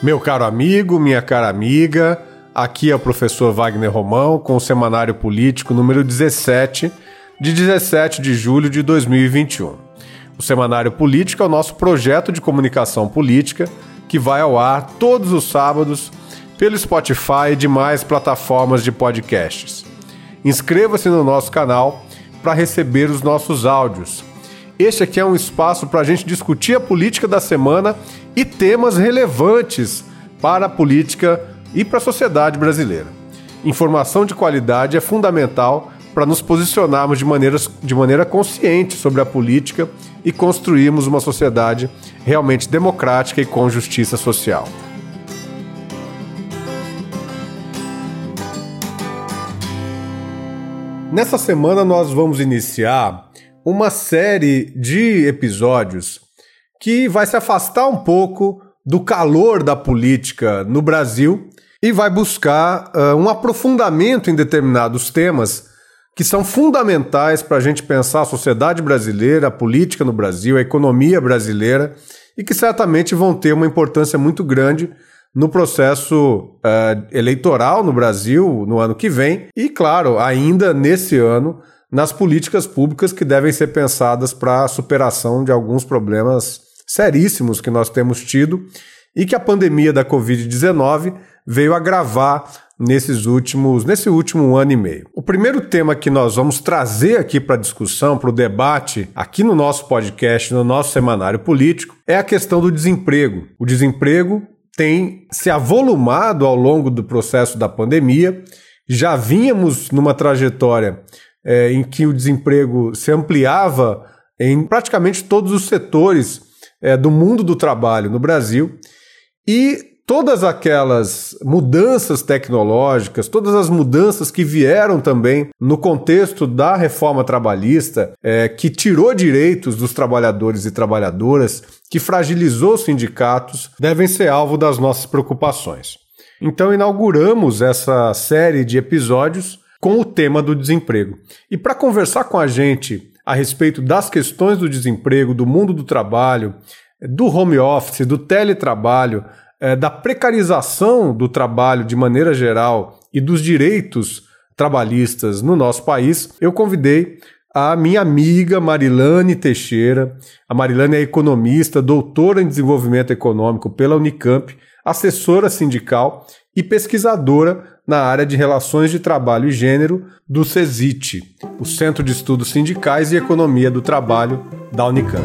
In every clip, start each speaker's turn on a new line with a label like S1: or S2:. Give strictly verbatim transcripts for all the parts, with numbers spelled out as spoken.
S1: Meu caro amigo, minha cara amiga, aqui é o professor Wagner Romão com o Semanário Político número dezessete, de dezessete de julho de dois mil e vinte e um. O Semanário Político é o nosso projeto de comunicação política que vai ao ar todos os sábados pelo Spotify e demais plataformas de podcasts. Inscreva-se no nosso canal para receber os nossos áudios. Este aqui é um espaço para a gente discutir a política da semana e temas relevantes para a política e para a sociedade brasileira. Informação de qualidade é fundamental para nos posicionarmos de, maneiras, de maneira consciente sobre a política e construirmos uma sociedade realmente democrática e com justiça social. Nessa semana nós vamos iniciar uma série de episódios que vai se afastar um pouco do calor da política no Brasil e vai buscar uh, um aprofundamento em determinados temas que são fundamentais para a gente pensar a sociedade brasileira, a política no Brasil, a economia brasileira e que certamente vão ter uma importância muito grande no processo uh, eleitoral no Brasil no ano que vem e, claro, ainda nesse ano, nas políticas públicas que devem ser pensadas para a superação de alguns problemas seríssimos que nós temos tido e que a pandemia da covid dezenove veio agravar nesses últimos, nesse último ano e meio. O primeiro tema que nós vamos trazer aqui para a discussão, para o debate, aqui no nosso podcast, no nosso Semanário Político, é a questão do desemprego. O desemprego tem se avolumado ao longo do processo da pandemia, já vínhamos numa trajetória É, em que o desemprego se ampliava em praticamente todos os setores é, do mundo do trabalho no Brasil e todas aquelas mudanças tecnológicas, todas as mudanças que vieram também no contexto da reforma trabalhista, é, que tirou direitos dos trabalhadores e trabalhadoras, que fragilizou os sindicatos, devem ser alvo das nossas preocupações. Então inauguramos essa série de episódios com o tema do desemprego. E para conversar com a gente a respeito das questões do desemprego, do mundo do trabalho, do home office, do teletrabalho, da precarização do trabalho de maneira geral e dos direitos trabalhistas no nosso país, eu convidei a minha amiga Marilane Teixeira. A Marilane é economista, doutora em desenvolvimento econômico pela Unicamp, assessora sindical e pesquisadora na área de Relações de Trabalho e Gênero do CESIT, o Centro de Estudos Sindicais e Economia do Trabalho da Unicamp.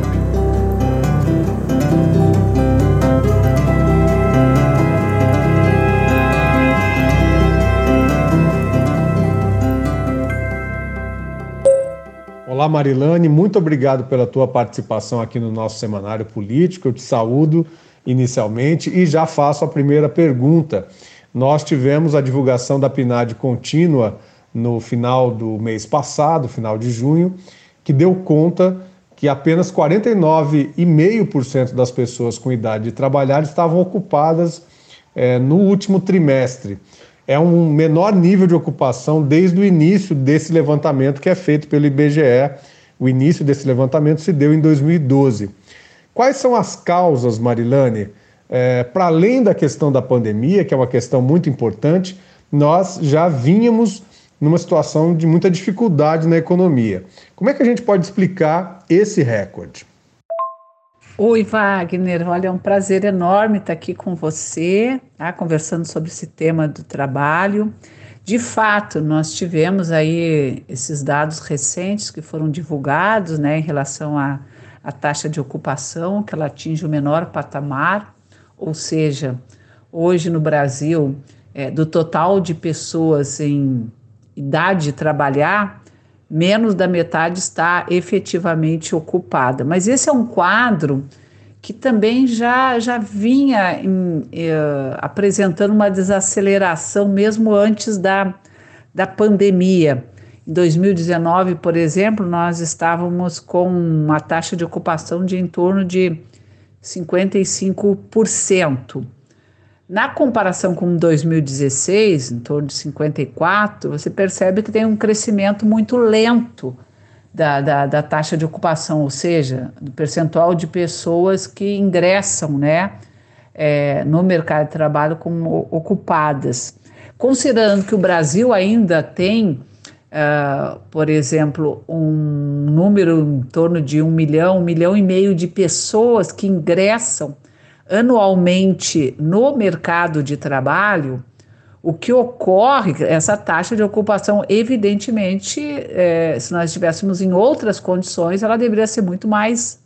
S1: Olá Marilane, muito obrigado pela tua participação aqui no nosso Semanário Político. Eu te saúdo inicialmente e já faço a primeira pergunta. Nós tivemos a divulgação da P N A D contínua no final do mês passado, final de junho, que deu conta que apenas quarenta e nove vírgula cinco por cento das pessoas com idade de trabalhar estavam ocupadas é, no último trimestre. É um menor nível de ocupação desde o início desse levantamento que é feito pelo I B G E. O início desse levantamento se deu em dois mil e doze. Quais são as causas, Marilane? É, para além da questão da pandemia, que é uma questão muito importante, nós já vínhamos numa situação de muita dificuldade na economia. Como é que a gente pode explicar esse recorde?
S2: Oi, Wagner. Olha, é um prazer enorme estar aqui com você, tá? Conversando sobre esse tema do trabalho. De fato, nós tivemos aí esses dados recentes que foram divulgados, né, em relação à, à taxa de ocupação, que ela atinge o menor patamar. Ou seja, hoje no Brasil, é, do total de pessoas em idade de trabalhar, menos da metade está efetivamente ocupada. Mas esse é um quadro que também já, já vinha em, eh, apresentando uma desaceleração mesmo antes da, da pandemia. Em dois mil e dezenove, por exemplo, nós estávamos com uma taxa de ocupação de em torno de cinquenta e cinco por cento. Na comparação com dois mil e dezesseis, em torno de cinquenta e quatro por cento, você percebe que tem um crescimento muito lento da, da, da taxa de ocupação, ou seja, do percentual de pessoas que ingressam, né, é, no mercado de trabalho como ocupadas. Considerando que o Brasil ainda tem, uh, por exemplo, um número em torno de um milhão, um milhão e meio de pessoas que ingressam anualmente no mercado de trabalho, o que ocorre, essa taxa de ocupação, evidentemente, é, se nós estivéssemos em outras condições, ela deveria ser muito mais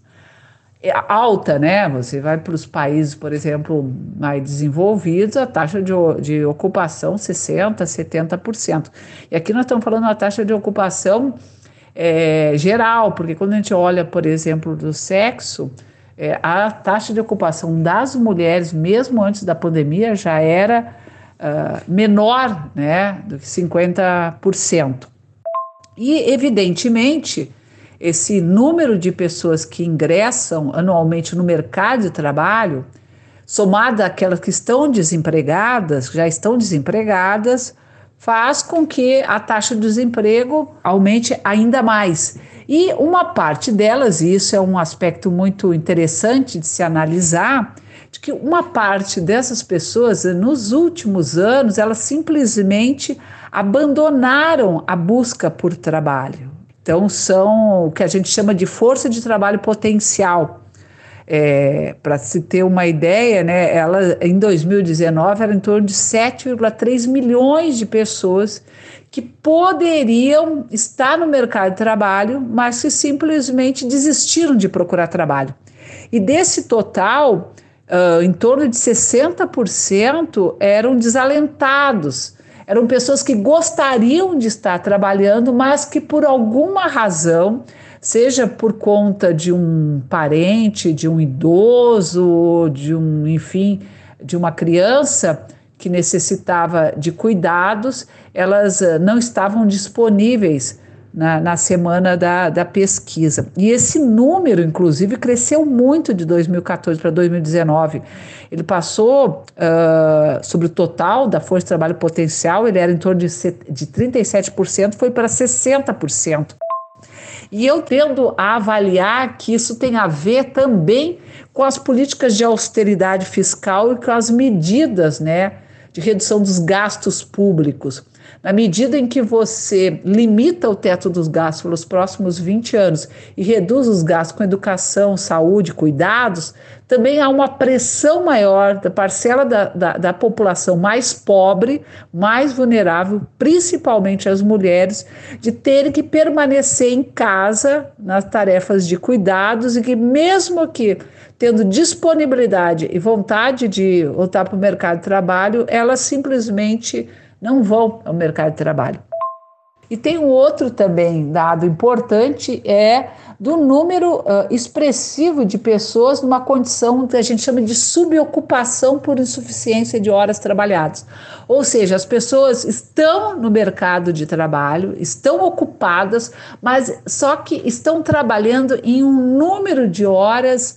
S2: alta, né? Você vai para os países, por exemplo, mais desenvolvidos, a taxa de, de ocupação sessenta por cento, setenta por cento. E aqui nós estamos falando da taxa de ocupação é, geral, porque quando a gente olha, por exemplo, do sexo, é, a taxa de ocupação das mulheres, mesmo antes da pandemia, já era uh, menor, né, do que cinquenta por cento. E, evidentemente, esse número de pessoas que ingressam anualmente no mercado de trabalho, somado àquelas que estão desempregadas, já estão desempregadas, faz com que a taxa de desemprego aumente ainda mais. E uma parte delas, e isso é um aspecto muito interessante de se analisar, de que uma parte dessas pessoas, nos últimos anos, elas simplesmente abandonaram a busca por trabalho. Então, são o que a gente chama de força de trabalho potencial. É, para se ter uma ideia, né, ela, em dois mil e dezenove, era em torno de sete vírgula três milhões de pessoas que poderiam estar no mercado de trabalho, mas que simplesmente desistiram de procurar trabalho. E desse total, uh, em torno de sessenta por cento eram desalentados. Eram pessoas que gostariam de estar trabalhando, mas que por alguma razão, seja por conta de um parente, de um idoso, de um, enfim, de uma criança que necessitava de cuidados, elas não estavam disponíveis na, na semana da, da pesquisa. E esse número, inclusive, cresceu muito de dois mil e quatorze para dois mil e dezenove. Ele passou, uh, sobre o total da força de trabalho potencial, ele era em torno de, de trinta e sete por cento, foi para sessenta por cento. E eu tendo a avaliar que isso tem a ver também com as políticas de austeridade fiscal e com as medidas, né, de redução dos gastos públicos. Na medida em que você limita o teto dos gastos pelos próximos vinte anos e reduz os gastos com educação, saúde, cuidados, também há uma pressão maior da parcela da, da, da população mais pobre, mais vulnerável, principalmente as mulheres, de terem que permanecer em casa nas tarefas de cuidados e que mesmo que tendo disponibilidade e vontade de voltar para o mercado de trabalho, elas simplesmente não vão ao mercado de trabalho. E tem um outro também dado importante, é do número uh, expressivo de pessoas numa condição que a gente chama de subocupação por insuficiência de horas trabalhadas. Ou seja, as pessoas estão no mercado de trabalho, estão ocupadas, mas só que estão trabalhando em um número de horas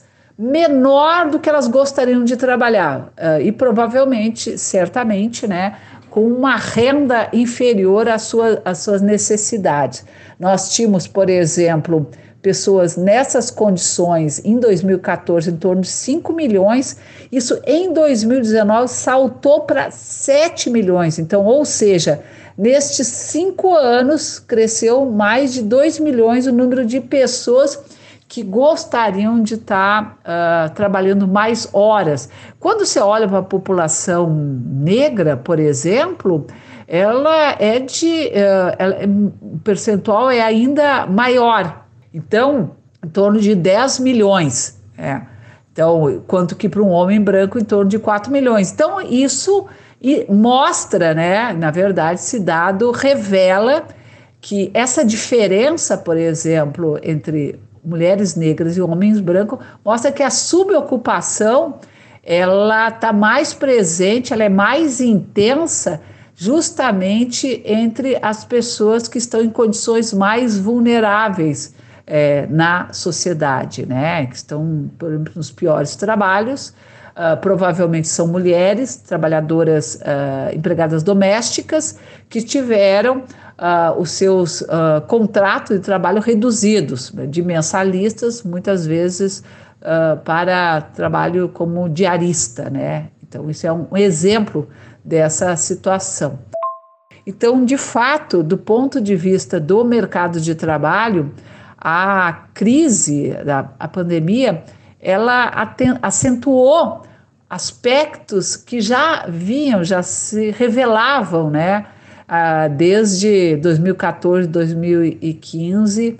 S2: menor do que elas gostariam de trabalhar. Uh, e provavelmente, certamente, né, com uma renda inferior às sua, às suas necessidades. Nós tínhamos, por exemplo, pessoas nessas condições em dois mil e quatorze em torno de cinco milhões, isso em dois mil e dezenove saltou para sete milhões. Então, ou seja, nestes cinco anos cresceu mais de dois milhões o número de pessoas que gostariam de estar uh, trabalhando mais horas. Quando você olha para a população negra, por exemplo, ela é de, uh, ela, o percentual é ainda maior. Então, em torno de dez milhões. É. Então, quanto que para um homem branco, em torno de quatro milhões. Então, isso e mostra, né, na verdade, esse dado revela que essa diferença, por exemplo, entre mulheres negras e homens brancos, mostra que a subocupação ela está mais presente, ela é mais intensa justamente entre as pessoas que estão em condições mais vulneráveis é, na sociedade, né? Que estão, por exemplo, nos piores trabalhos, uh, provavelmente são mulheres, trabalhadoras, uh, empregadas domésticas, que tiveram uh, os seus uh, contratos de trabalho reduzidos, de mensalistas, muitas vezes uh, para trabalho como diarista, né? Então, isso é um exemplo dessa situação. Então, de fato, do ponto de vista do mercado de trabalho, a crise, da a pandemia, ela acentuou aspectos que já vinham, já se revelavam, né? Ah, desde dois mil e quatorze, dois mil e quinze,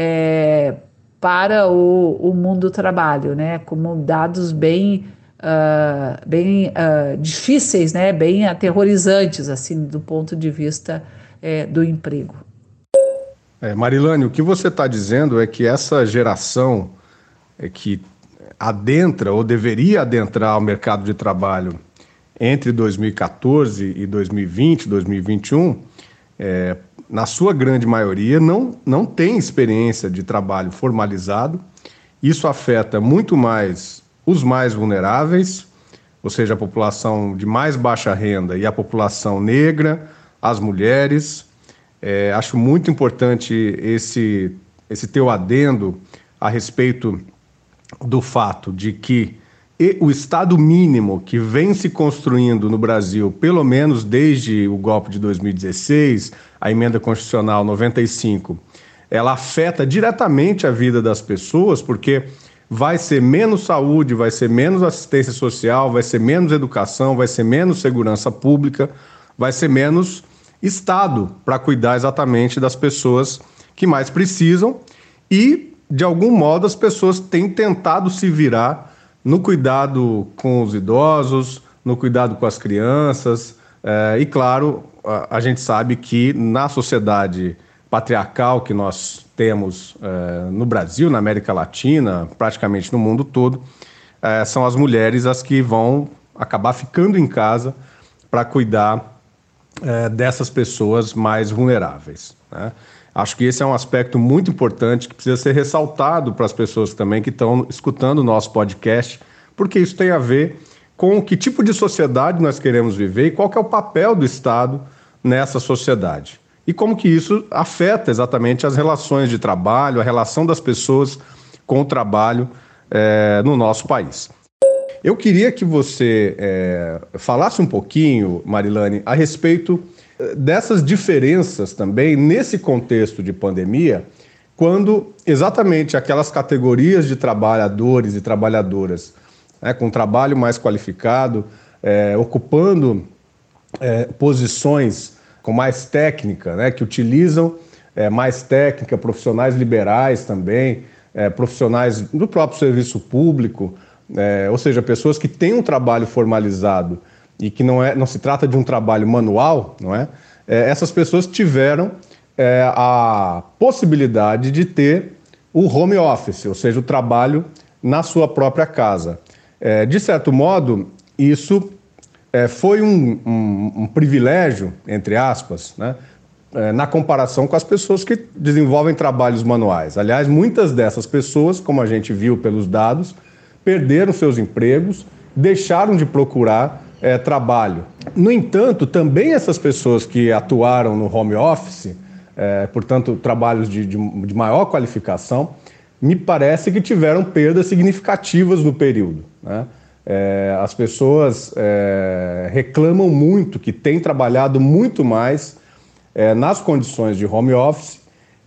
S2: é, para o, o mundo do trabalho, né? Como dados bem Uh, bem uh, difíceis, né? Bem aterrorizantes, assim, do ponto de vista é, do emprego.
S1: É, Marilane, o que você está dizendo é que essa geração é que adentra ou deveria adentrar o mercado de trabalho entre dois mil e quatorze e dois mil e vinte, dois mil e vinte e um, é, na sua grande maioria, não, não tem experiência de trabalho formalizado. Isso afeta muito mais os mais vulneráveis, ou seja, a população de mais baixa renda e a população negra, as mulheres. É, acho muito importante esse, esse teu adendo a respeito do fato de que o Estado mínimo que vem se construindo no Brasil, pelo menos desde o golpe de dois mil e dezesseis, a emenda constitucional noventa e cinco, ela afeta diretamente a vida das pessoas, porque vai ser menos saúde, vai ser menos assistência social, vai ser menos educação, vai ser menos segurança pública, vai ser menos Estado para cuidar exatamente das pessoas que mais precisam e, de algum modo, as pessoas têm tentado se virar no cuidado com os idosos, no cuidado com as crianças, é, e, claro, a, a gente sabe que na sociedade patriarcal que nós temos eh, no Brasil, na América Latina, praticamente no mundo todo, eh, são as mulheres as que vão acabar ficando em casa para cuidar eh, dessas pessoas mais vulneráveis, né? Acho que esse é um aspecto muito importante que precisa ser ressaltado para as pessoas também que estão escutando o nosso podcast, porque isso tem a ver com que tipo de sociedade nós queremos viver e qual que é o papel do Estado nessa sociedade. E como que isso afeta exatamente as relações de trabalho, a relação das pessoas com o trabalho é, no nosso país. Eu queria que você é, falasse um pouquinho, Marilane, a respeito dessas diferenças também nesse contexto de pandemia, quando exatamente aquelas categorias de trabalhadores e trabalhadoras, né, com trabalho mais qualificado, é, ocupando é, posições com mais técnica, né, que utilizam é, mais técnica, profissionais liberais também, é, profissionais do próprio serviço público, é, ou seja, pessoas que têm um trabalho formalizado e que não, é, não se trata de um trabalho manual, não é? É, essas pessoas tiveram é, a possibilidade de ter o home office, ou seja, o trabalho na sua própria casa. É, de certo modo, isso É, foi um, um, um privilégio, entre aspas, né, é, na comparação com as pessoas que desenvolvem trabalhos manuais. Aliás, muitas dessas pessoas, como a gente viu pelos dados, perderam seus empregos, deixaram de procurar é, trabalho. No entanto, também essas pessoas que atuaram no home office, é, portanto, trabalhos de, de, de maior qualificação, me parece que tiveram perdas significativas no período, né? É, as pessoas é, reclamam muito que têm trabalhado muito mais é, nas condições de home office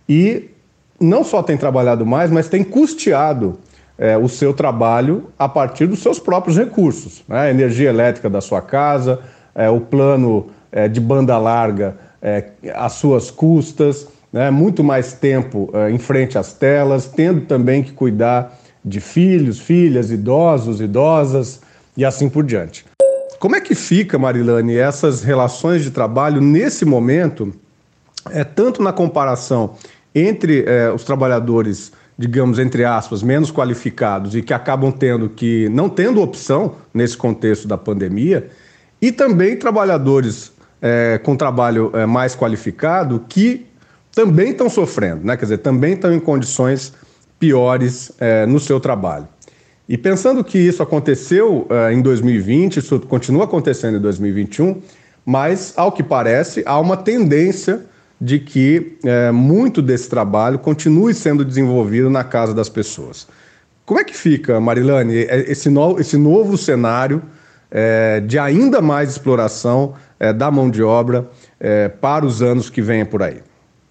S1: e não só têm trabalhado mais, mas têm custeado é, o seu trabalho a partir dos seus próprios recursos, né? A energia elétrica da sua casa, é, o plano é, de banda larga é, às suas custas, né? Muito mais tempo é, em frente às telas, tendo também que cuidar de filhos, filhas, idosos, idosas e assim por diante. Como é que fica, Marilane, essas relações de trabalho nesse momento, é, tanto na comparação entre é, os trabalhadores, digamos, entre aspas, menos qualificados e que acabam tendo que, não tendo opção nesse contexto da pandemia, e também trabalhadores é, com trabalho é, mais qualificado que também estão sofrendo, né? Quer dizer, também estão em condições piores é, no seu trabalho. E pensando que isso aconteceu é, em dois mil e vinte, isso continua acontecendo em dois mil e vinte e um, mas, ao que parece, há uma tendência de que é, muito desse trabalho continue sendo desenvolvido na casa das pessoas. Como é que fica, Marilane, esse, no, esse novo cenário é, de ainda mais exploração é, da mão de obra é, para os anos que vêm por aí?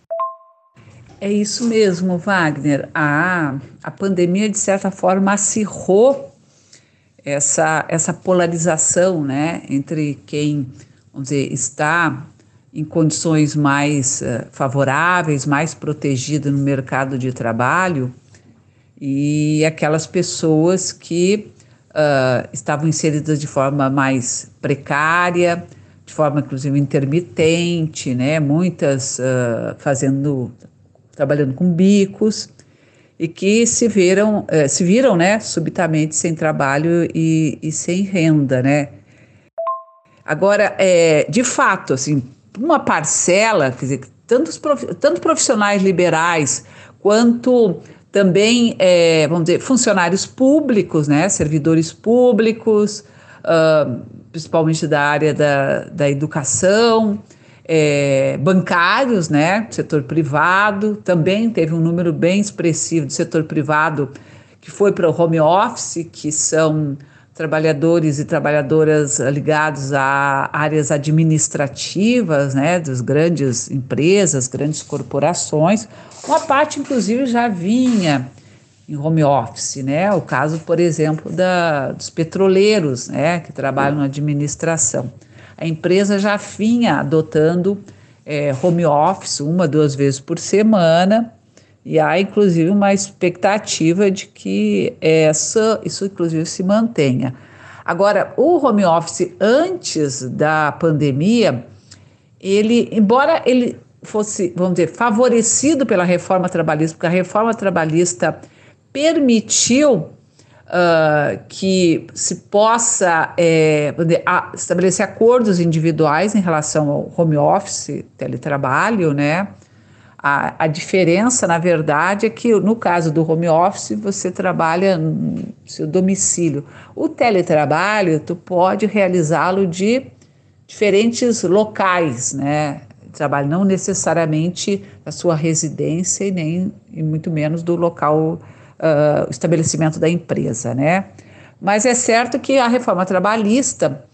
S2: É isso mesmo, Wagner. A, a pandemia, de certa forma, acirrou essa, essa polarização, né, entre quem, vamos dizer, está em condições mais uh, favoráveis, mais protegido no mercado de trabalho, e aquelas pessoas que uh, estavam inseridas de forma mais precária, de forma inclusive intermitente, né? Muitas uh, fazendo, trabalhando com bicos, e que se viram, uh, se viram, né, subitamente sem trabalho e, e sem renda, né? Agora, é, de fato, assim, uma parcela, quer dizer, tantos prof, tanto profissionais liberais quanto também, é, vamos dizer, funcionários públicos, né, servidores públicos, uh, principalmente da área da, da educação, é, bancários, né, setor privado, também teve um número bem expressivo do setor privado que foi para o home office, que são trabalhadores e trabalhadoras ligados a áreas administrativas, né, das grandes empresas, grandes corporações. Uma parte, inclusive, já vinha em home office, né? O caso, por exemplo, da, dos petroleiros, né, que trabalham na administração. A empresa já vinha adotando é, home office uma, duas vezes por semana, e há, inclusive, uma expectativa de que essa, isso, inclusive, se mantenha. Agora, o home office antes da pandemia, ele, embora ele fosse, vamos dizer, favorecido pela reforma trabalhista, porque a reforma trabalhista permitiu uh, que se possa é, vamos dizer, a, estabelecer acordos individuais em relação ao home office, teletrabalho, né? A, a diferença, na verdade, é que no caso do home office, você trabalha no seu domicílio. O teletrabalho, tu pode realizá-lo de diferentes locais, né? Trabalho não necessariamente da sua residência e nem, e muito menos do local, uh, estabelecimento da empresa, né? Mas é certo que a reforma trabalhista,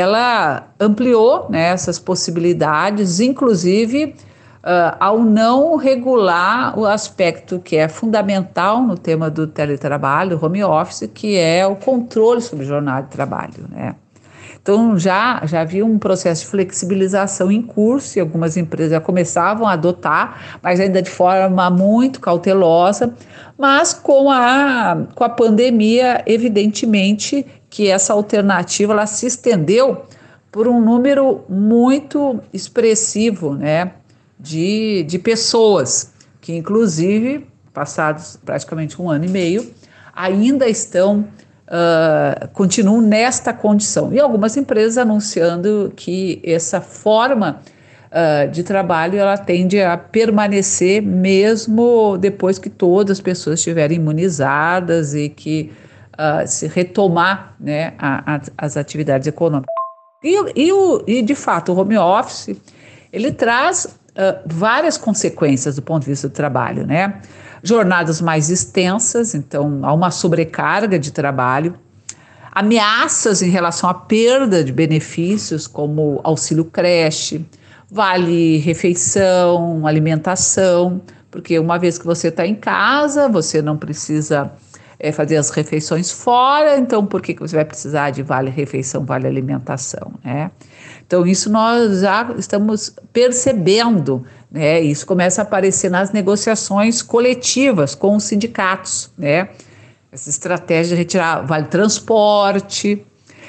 S2: ela ampliou, né, essas possibilidades, inclusive Uh, ao não regular o aspecto que é fundamental no tema do teletrabalho, home office, que é o controle sobre jornada de trabalho, né? Então já, já havia um processo de flexibilização em curso e algumas empresas já começavam a adotar, mas ainda de forma muito cautelosa, mas com a, com a pandemia, evidentemente que essa alternativa ela se estendeu por um número muito expressivo, né? De, de pessoas que, inclusive, passados praticamente um ano e meio, ainda estão, uh, continuam nesta condição. E algumas empresas anunciando que essa forma uh, de trabalho ela tende a permanecer mesmo depois que todas as pessoas estiverem imunizadas e que uh, se retomar, né, a, a, as atividades econômicas. E, e, o, e, de fato, o home office, ele traz Uh, várias consequências do ponto de vista do trabalho, né? Jornadas mais extensas, então há uma sobrecarga de trabalho, ameaças em relação à perda de benefícios como auxílio creche, vale refeição, alimentação, porque uma vez que você está em casa, você não precisa é, fazer as refeições fora, então por que, que você vai precisar de vale refeição, vale alimentação, né? Então, isso nós já estamos percebendo, né? Isso começa a aparecer nas negociações coletivas com os sindicatos, né? Essa estratégia de retirar vale transporte,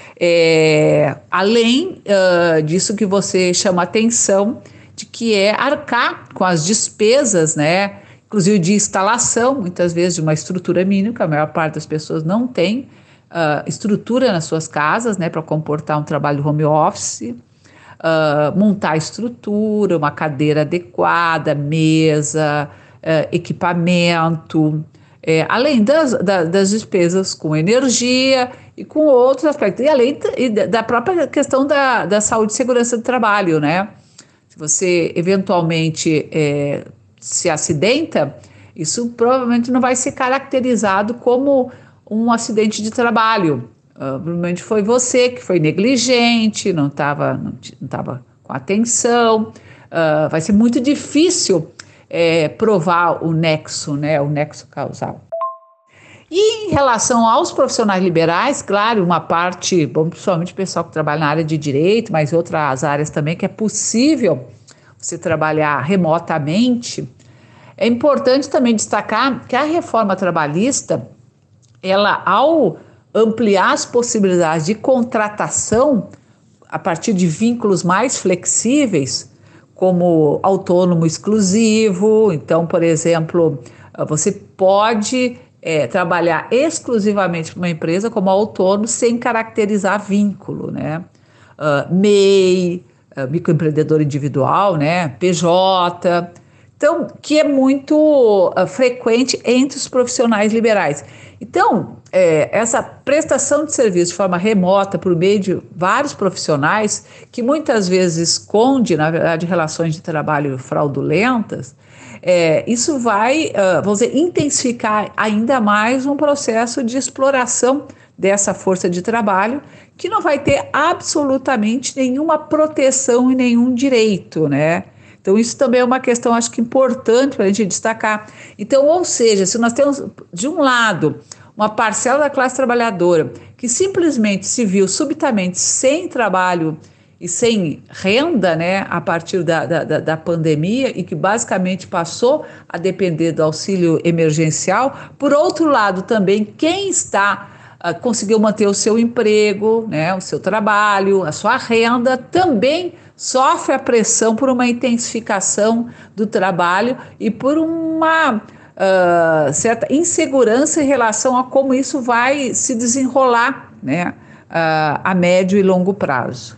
S2: é, além uh, disso que você chama atenção, de que é arcar com as despesas, né? Inclusive de instalação, muitas vezes de uma estrutura mínima, que a maior parte das pessoas não tem uh, estrutura nas suas casas, né? Para comportar um trabalho home office. Uh, montar a estrutura, uma cadeira adequada, mesa, uh, equipamento, é, além das, da, das despesas com energia e com outros aspectos, e além e da própria questão da, da saúde e segurança do trabalho, né? Se você eventualmente é, se acidenta, isso provavelmente não vai ser caracterizado como um acidente de trabalho. Uh, provavelmente foi você que foi negligente, não estava não estava com atenção. Uh, vai ser muito difícil é, provar o nexo, né, o nexo causal. E em relação aos profissionais liberais, claro, uma parte, bom, principalmente o pessoal que trabalha na área de direito, mas outras áreas também, que é possível você trabalhar remotamente. É importante também destacar que a reforma trabalhista, ela, ao ampliar as possibilidades de contratação a partir de vínculos mais flexíveis, como autônomo exclusivo, então, por exemplo, você pode é, trabalhar exclusivamente para uma empresa como autônomo sem caracterizar vínculo, né? Uh, M E I, uh, microempreendedor individual, né? P J, então, que é muito uh, frequente entre os profissionais liberais. Então, é, essa prestação de serviço de forma remota por meio de vários profissionais, que muitas vezes esconde, na verdade, relações de trabalho fraudulentas, é, isso vai, uh, vamos dizer, intensificar ainda mais um processo de exploração dessa força de trabalho, que não vai ter absolutamente nenhuma proteção e nenhum direito, né? Então, isso também é uma questão, acho que importante para a gente destacar. Então, ou seja, se nós temos, de um lado, uma parcela da classe trabalhadora que simplesmente se viu subitamente sem trabalho e sem renda, né, a partir da, da, da pandemia, e que basicamente passou a depender do auxílio emergencial. Por outro lado, também, quem está uh, conseguiu manter o seu emprego, né, o seu trabalho, a sua renda, também sofre a pressão por uma intensificação do trabalho e por uma uh, certa insegurança em relação a como isso vai se desenrolar, né, uh, a médio e longo prazo.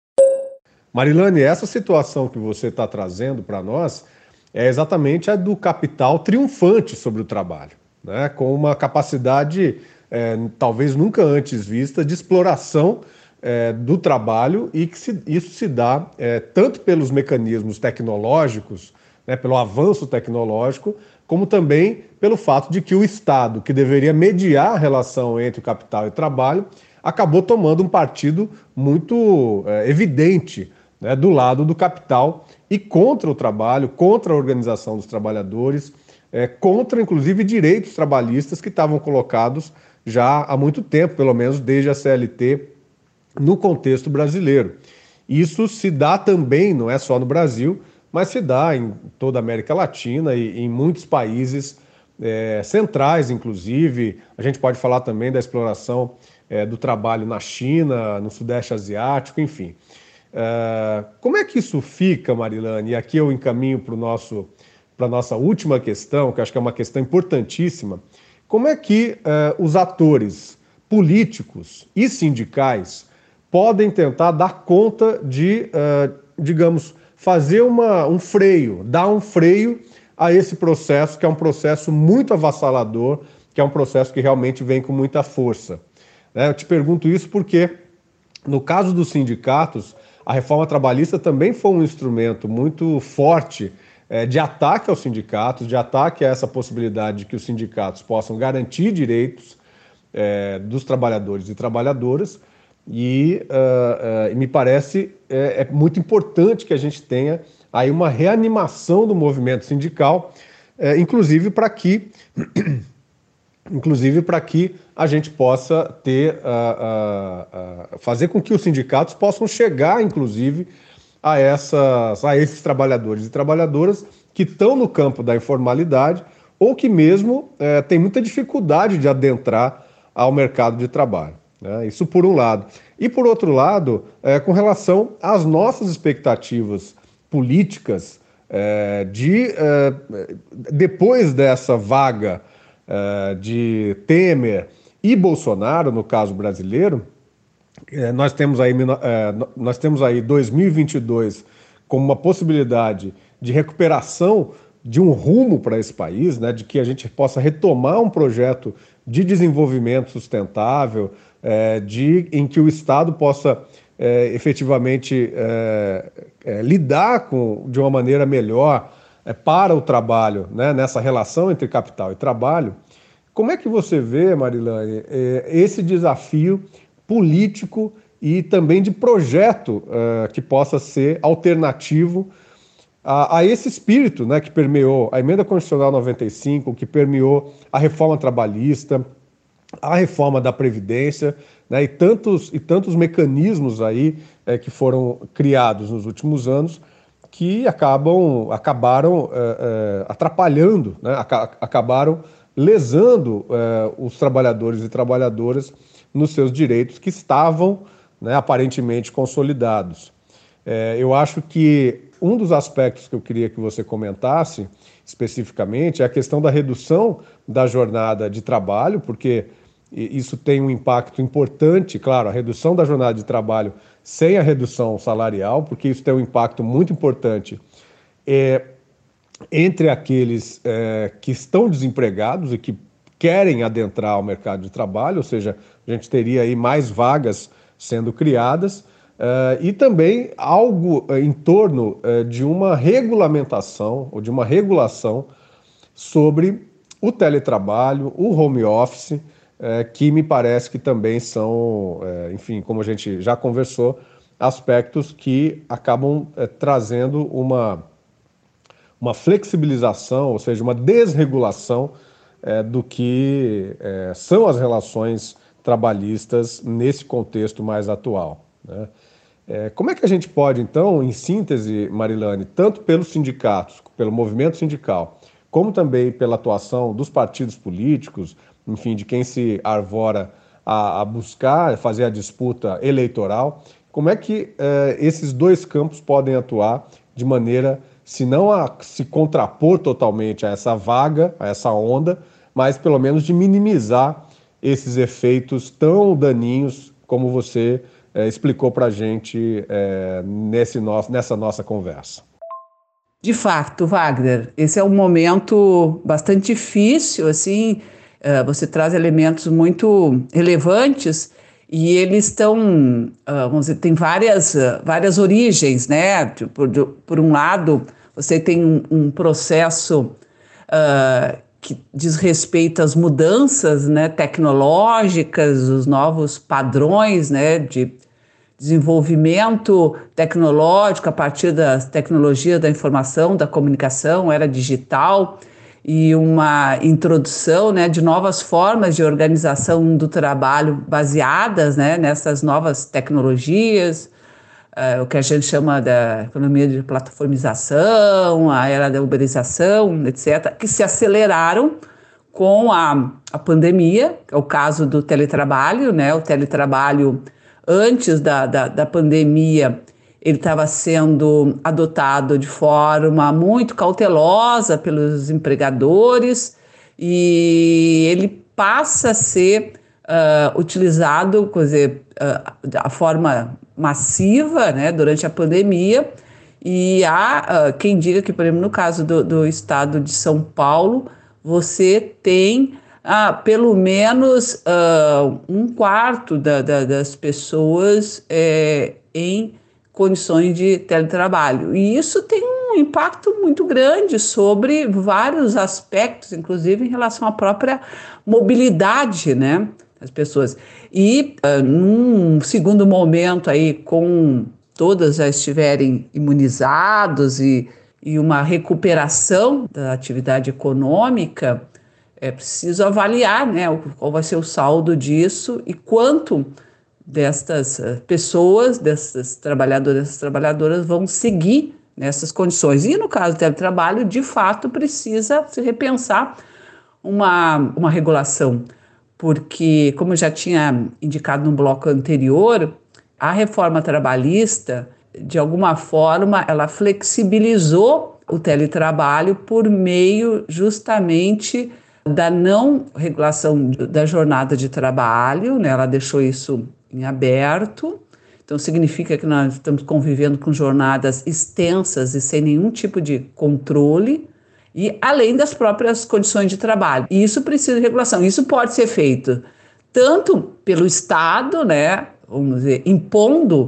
S1: Marilane, essa situação que você está trazendo para nós é exatamente a do capital triunfante sobre o trabalho, né, com uma capacidade é, talvez nunca antes vista de exploração É, do trabalho, e que se, isso se dá é, tanto pelos mecanismos tecnológicos, né, pelo avanço tecnológico, como também pelo fato de que o Estado, que deveria mediar a relação entre o capital e o trabalho, acabou tomando um partido muito é, evidente, né, do lado do capital e contra o trabalho, contra a organização dos trabalhadores, é, contra inclusive direitos trabalhistas que estavam colocados já há muito tempo, pelo menos desde a C L T, no contexto brasileiro. Isso se dá também, não é só no Brasil, mas se dá em toda a América Latina e em muitos países é, centrais, inclusive. A gente pode falar também da exploração é, do trabalho na China, no Sudeste Asiático, enfim. É, como é que isso fica, Marilane? E aqui eu encaminho para nosso, para a nossa última questão, que acho que é uma questão importantíssima. Como é que é, os atores políticos e sindicais podem tentar dar conta de, uh, digamos, fazer uma, um freio, dar um freio a esse processo, que é um processo muito avassalador, que é um processo que realmente vem com muita força. Né? Eu te pergunto isso porque, no caso dos sindicatos, a reforma trabalhista também foi um instrumento muito forte é, de ataque aos sindicatos, de ataque a essa possibilidade de que os sindicatos possam garantir direitos é, dos trabalhadores e trabalhadoras. E uh, uh, me parece é, é muito importante que a gente tenha aí uma reanimação do movimento sindical, é, inclusive para que, inclusive para que a gente possa ter, uh, uh, uh, fazer com que os sindicatos possam chegar, inclusive, a, essas, a esses trabalhadores e trabalhadoras que estão no campo da informalidade ou que mesmo uh, têm muita dificuldade de adentrar ao mercado de trabalho. Né? Isso por um lado. E por outro lado, é, com relação às nossas expectativas políticas é, de, é, depois dessa vaga é, de Temer e Bolsonaro, no caso brasileiro, é, nós temos aí, é, nós temos aí dois mil e vinte e dois como uma possibilidade de recuperação de um rumo para esse país, né, de que a gente possa retomar um projeto de desenvolvimento sustentável, É, de, em que o Estado possa é, efetivamente é, é, lidar com, de uma maneira melhor é, para o trabalho, né, nessa relação entre capital e trabalho. Como é que você vê, Marilane, é, esse desafio político e também de projeto é, que possa ser alternativo a, a esse espírito, né, que permeou a Emenda Constitucional noventa e cinco, que permeou a reforma trabalhista, a reforma da Previdência, né, e tantos, e tantos mecanismos aí é, que foram criados nos últimos anos que acabam, acabaram é, é, atrapalhando, né, aca acabaram lesando é, os trabalhadores e trabalhadoras nos seus direitos que estavam, né, aparentemente consolidados. É, eu acho que um dos aspectos que eu queria que você comentasse especificamente é a questão da redução da jornada de trabalho, porque isso tem um impacto importante, claro, a redução da jornada de trabalho sem a redução salarial, porque isso tem um impacto muito importante é, entre aqueles é, que estão desempregados e que querem adentrar ao mercado de trabalho, ou seja, a gente teria aí mais vagas sendo criadas, uh, e também algo uh, em torno uh, de uma regulamentação ou de uma regulação sobre o teletrabalho, o home office, uh, que me parece que também são, uh, enfim, como a gente já conversou, aspectos que acabam uh, trazendo uma, uma flexibilização, ou seja, uma desregulação uh, do que uh, são as relações trabalhistas nesse contexto mais atual, né? É, como é que a gente pode, então, em síntese, Marilane, tanto pelos sindicatos, pelo movimento sindical, como também pela atuação dos partidos políticos, enfim, de quem se arvora a, a buscar fazer a disputa eleitoral, como é que é, esses dois campos podem atuar de maneira, se não a se contrapor totalmente a essa vaga, a essa onda, mas pelo menos de minimizar esses efeitos tão daninhos como você é, explicou para a gente é, nesse no, nessa nossa conversa.
S2: De fato, Wagner, esse é um momento bastante difícil, assim, uh, você traz elementos muito relevantes e eles estão, uh, vamos dizer, tem várias, uh, várias origens, né? Por, por um lado, você tem um, um processo uh, que diz respeito às mudanças, né, tecnológicas, os novos padrões, né, de desenvolvimento tecnológico a partir das tecnologias da informação, da comunicação, era digital, e uma introdução, né, de novas formas de organização do trabalho baseadas, né, nessas novas tecnologias, uh, o que a gente chama da economia de plataformização, a era da uberização, etcétera, que se aceleraram com a, a pandemia, que é o caso do teletrabalho, né, o teletrabalho antes da, da, da pandemia, ele estava sendo adotado de forma muito cautelosa pelos empregadores e ele passa a ser uh, utilizado, quer dizer, uh, da forma massiva, né, durante a pandemia. E há uh, quem diga que, por exemplo, no caso do, do estado de São Paulo, você tem Ah, pelo menos uh, um quarto da, da, das pessoas é, em condições de teletrabalho. E isso tem um impacto muito grande sobre vários aspectos, inclusive em relação à própria mobilidade, né, das pessoas. E uh, num segundo momento, aí, com todas já estiverem imunizados e, e uma recuperação da atividade econômica, é preciso avaliar, né, qual vai ser o saldo disso e quanto destas pessoas, dessas trabalhadoras, dessas trabalhadoras vão seguir nessas condições. E no caso do teletrabalho, de fato, precisa se repensar uma, uma regulação, porque, como eu já tinha indicado no bloco anterior, a reforma trabalhista, de alguma forma, ela flexibilizou o teletrabalho por meio justamente da não regulação da jornada de trabalho, né? Ela deixou isso em aberto, então significa que nós estamos convivendo com jornadas extensas e sem nenhum tipo de controle, e além das próprias condições de trabalho. E isso precisa de regulação. Isso pode ser feito tanto pelo Estado, né, vamos dizer, impondo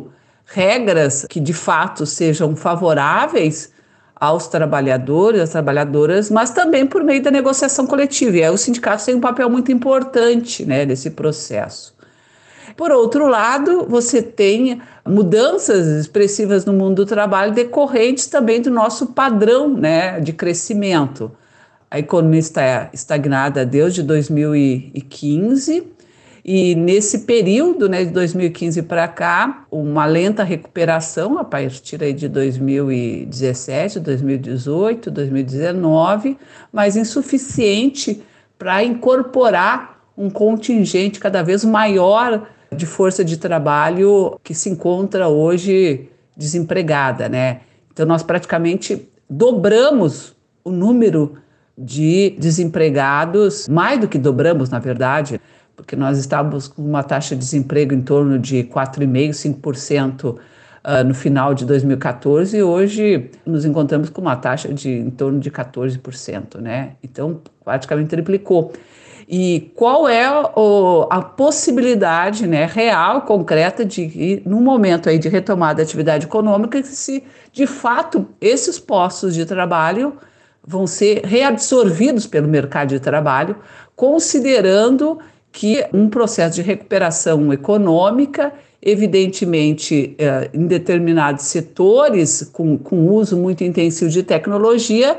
S2: regras que de fato sejam favoráveis aos trabalhadores, às trabalhadoras, mas também por meio da negociação coletiva. E aí os sindicatos têm um papel muito importante, né, nesse processo. Por outro lado, você tem mudanças expressivas no mundo do trabalho decorrentes também do nosso padrão, né, de crescimento. A economia está estagnada desde dois mil e quinze e nesse período, né, de dois mil e quinze para cá, uma lenta recuperação a partir aí de dois mil e dezessete, dois mil e dezoito, dois mil e dezenove, mas insuficiente para incorporar um contingente cada vez maior de força de trabalho que se encontra hoje desempregada, né? Então nós praticamente dobramos o número de desempregados, mais do que dobramos, na verdade, porque nós estávamos com uma taxa de desemprego em torno de quatro vírgula cinco por cento, cinco por cento uh, no final de dois mil e catorze e hoje nos encontramos com uma taxa de em torno de quatorze por cento, né? Então praticamente triplicou. E qual é o, a possibilidade, né, real, concreta, de que, no momento aí de retomada da atividade econômica, que se, de fato, esses postos de trabalho vão ser reabsorvidos pelo mercado de trabalho, considerando que um processo de recuperação econômica, evidentemente, eh, em determinados setores, com, com uso muito intensivo de tecnologia,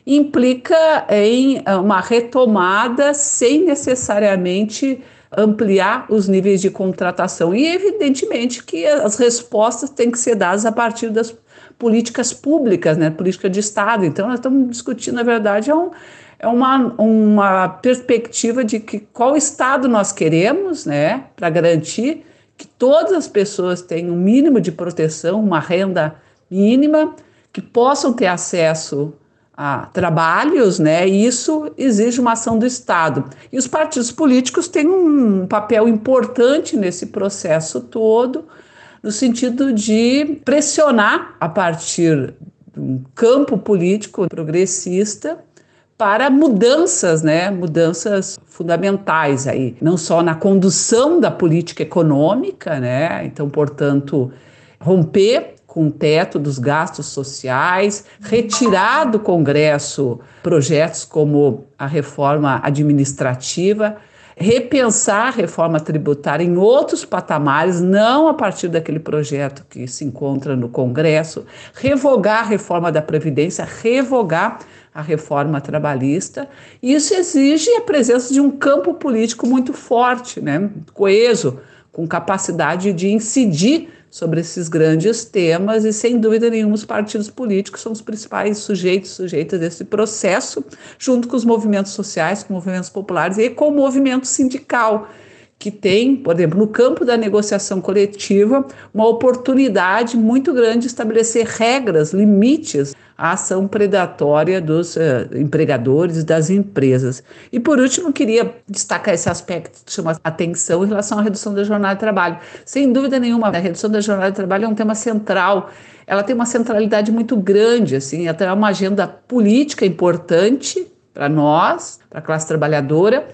S2: implica em uma retomada sem necessariamente ampliar os níveis de contratação. E, evidentemente, que as respostas têm que ser dadas a partir das políticas públicas, né, política de Estado. Então, nós estamos discutindo, na verdade, é, um, é uma, uma perspectiva de que qual Estado nós queremos, né, para garantir que todas as pessoas tenham um mínimo de proteção, uma renda mínima, que possam ter acesso a trabalhos, né? E isso exige uma ação do Estado. E os partidos políticos têm um papel importante nesse processo todo, no sentido de pressionar a partir de um campo político progressista para mudanças, né? Mudanças fundamentais aí, não só na condução da política econômica, né? Então, portanto, romper com o teto dos gastos sociais, retirar do Congresso projetos como a reforma administrativa, repensar a reforma tributária em outros patamares, não a partir daquele projeto que se encontra no Congresso, revogar a reforma da Previdência, revogar a reforma trabalhista. Isso exige a presença de um campo político muito forte, né, coeso, com capacidade de incidir sobre esses grandes temas e, sem dúvida nenhuma, os partidos políticos são os principais sujeitos, sujeitas desse processo, junto com os movimentos sociais, com movimentos populares e com o movimento sindical, que tem, por exemplo, no campo da negociação coletiva, uma oportunidade muito grande de estabelecer regras, limites à ação predatória dos uh, empregadores e das empresas. E, por último, queria destacar esse aspecto que chama atenção em relação à redução da jornada de trabalho. Sem dúvida nenhuma, a redução da jornada de trabalho é um tema central. Ela tem uma centralidade muito grande, assim, até é uma agenda política importante para nós, para a classe trabalhadora,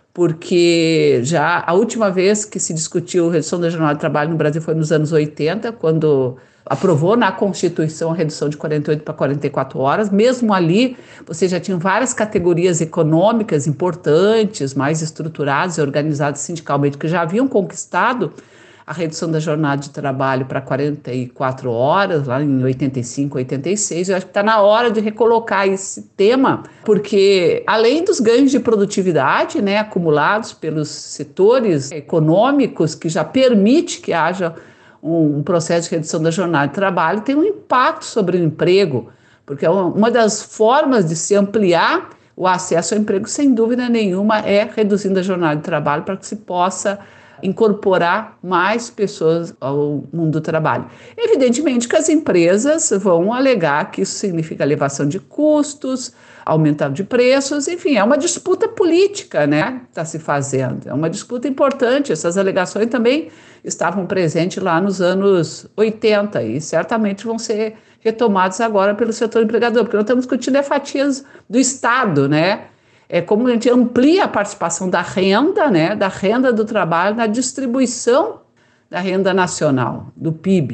S2: porque já a última vez que se discutiu a redução da jornada de trabalho no Brasil foi nos anos oitenta, quando aprovou na Constituição a redução de quarenta e oito para quarenta e quatro horas. Mesmo ali, você já tinha várias categorias econômicas importantes, mais estruturadas e organizadas sindicalmente, que já haviam conquistado a redução da jornada de trabalho para quarenta e quatro horas, lá em oitenta e cinco, oitenta e seis. Eu acho que está na hora de recolocar esse tema, porque além dos ganhos de produtividade, né, acumulados pelos setores econômicos, que já permite que haja um, um processo de redução da jornada de trabalho, tem um impacto sobre o emprego, porque uma das formas de se ampliar o acesso ao emprego, sem dúvida nenhuma, é reduzindo a jornada de trabalho para que se possa incorporar mais pessoas ao mundo do trabalho. Evidentemente que as empresas vão alegar que isso significa elevação de custos, aumento de preços, enfim, é uma disputa política, né, que está se fazendo, é uma disputa importante. Essas alegações também estavam presentes lá nos anos oitenta e certamente vão ser retomadas agora pelo setor empregador, porque nós estamos discutindo é fatias do Estado, né, é como a gente amplia a participação da renda, né, da renda do trabalho na distribuição da renda nacional, do P I B.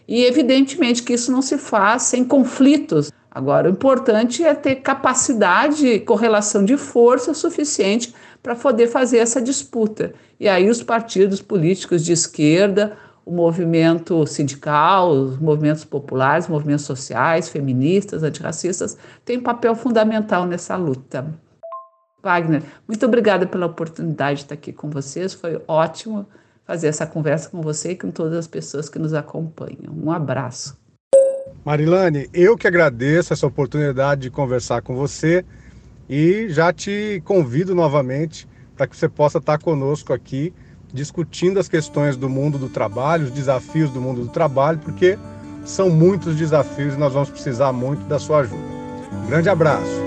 S2: E evidentemente que isso não se faz sem conflitos. Agora, o importante é ter capacidade e correlação de força suficiente para poder fazer essa disputa. E aí os partidos políticos de esquerda, o movimento sindical, os movimentos populares, movimentos sociais, feministas, antirracistas, têm um papel fundamental nessa luta. Wagner, muito obrigada pela oportunidade de estar aqui com vocês, foi ótimo fazer essa conversa com você e com todas as pessoas que nos acompanham. Um abraço.
S1: Marilane, eu que agradeço essa oportunidade de conversar com você e já te convido novamente para que você possa estar conosco aqui discutindo as questões do mundo do trabalho, os desafios do mundo do trabalho, porque são muitos desafios e nós vamos precisar muito da sua ajuda. Um grande abraço.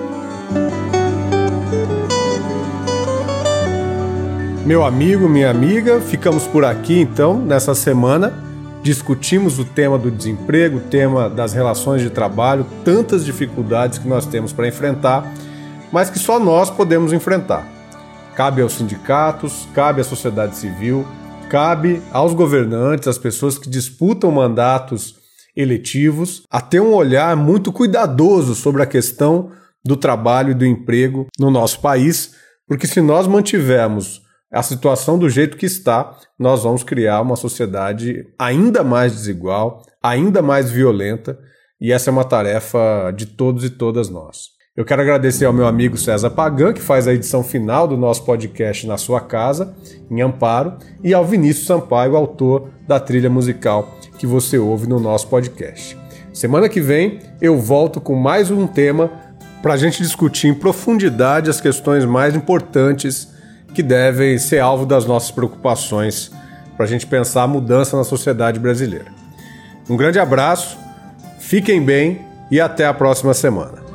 S1: Meu amigo, minha amiga, ficamos por aqui então nessa semana. Discutimos o tema do desemprego, o tema das relações de trabalho, tantas dificuldades que nós temos para enfrentar, mas que só nós podemos enfrentar. Cabe aos sindicatos, cabe à sociedade civil, cabe aos governantes, às pessoas que disputam mandatos eletivos, a ter um olhar muito cuidadoso sobre a questão do trabalho e do emprego no nosso país, porque se nós mantivermos a situação do jeito que está, nós vamos criar uma sociedade ainda mais desigual, ainda mais violenta, e essa é uma tarefa de todos e todas nós. Eu quero agradecer ao meu amigo César Pagan, que faz a edição final do nosso podcast Na Sua Casa, em Amparo, e ao Vinícius Sampaio, autor da trilha musical que você ouve no nosso podcast. Semana que vem eu volto com mais um tema para a gente discutir em profundidade as questões mais importantes que devem ser alvo das nossas preocupações para a gente pensar a mudança na sociedade brasileira. Um grande abraço, fiquem bem e até a próxima semana.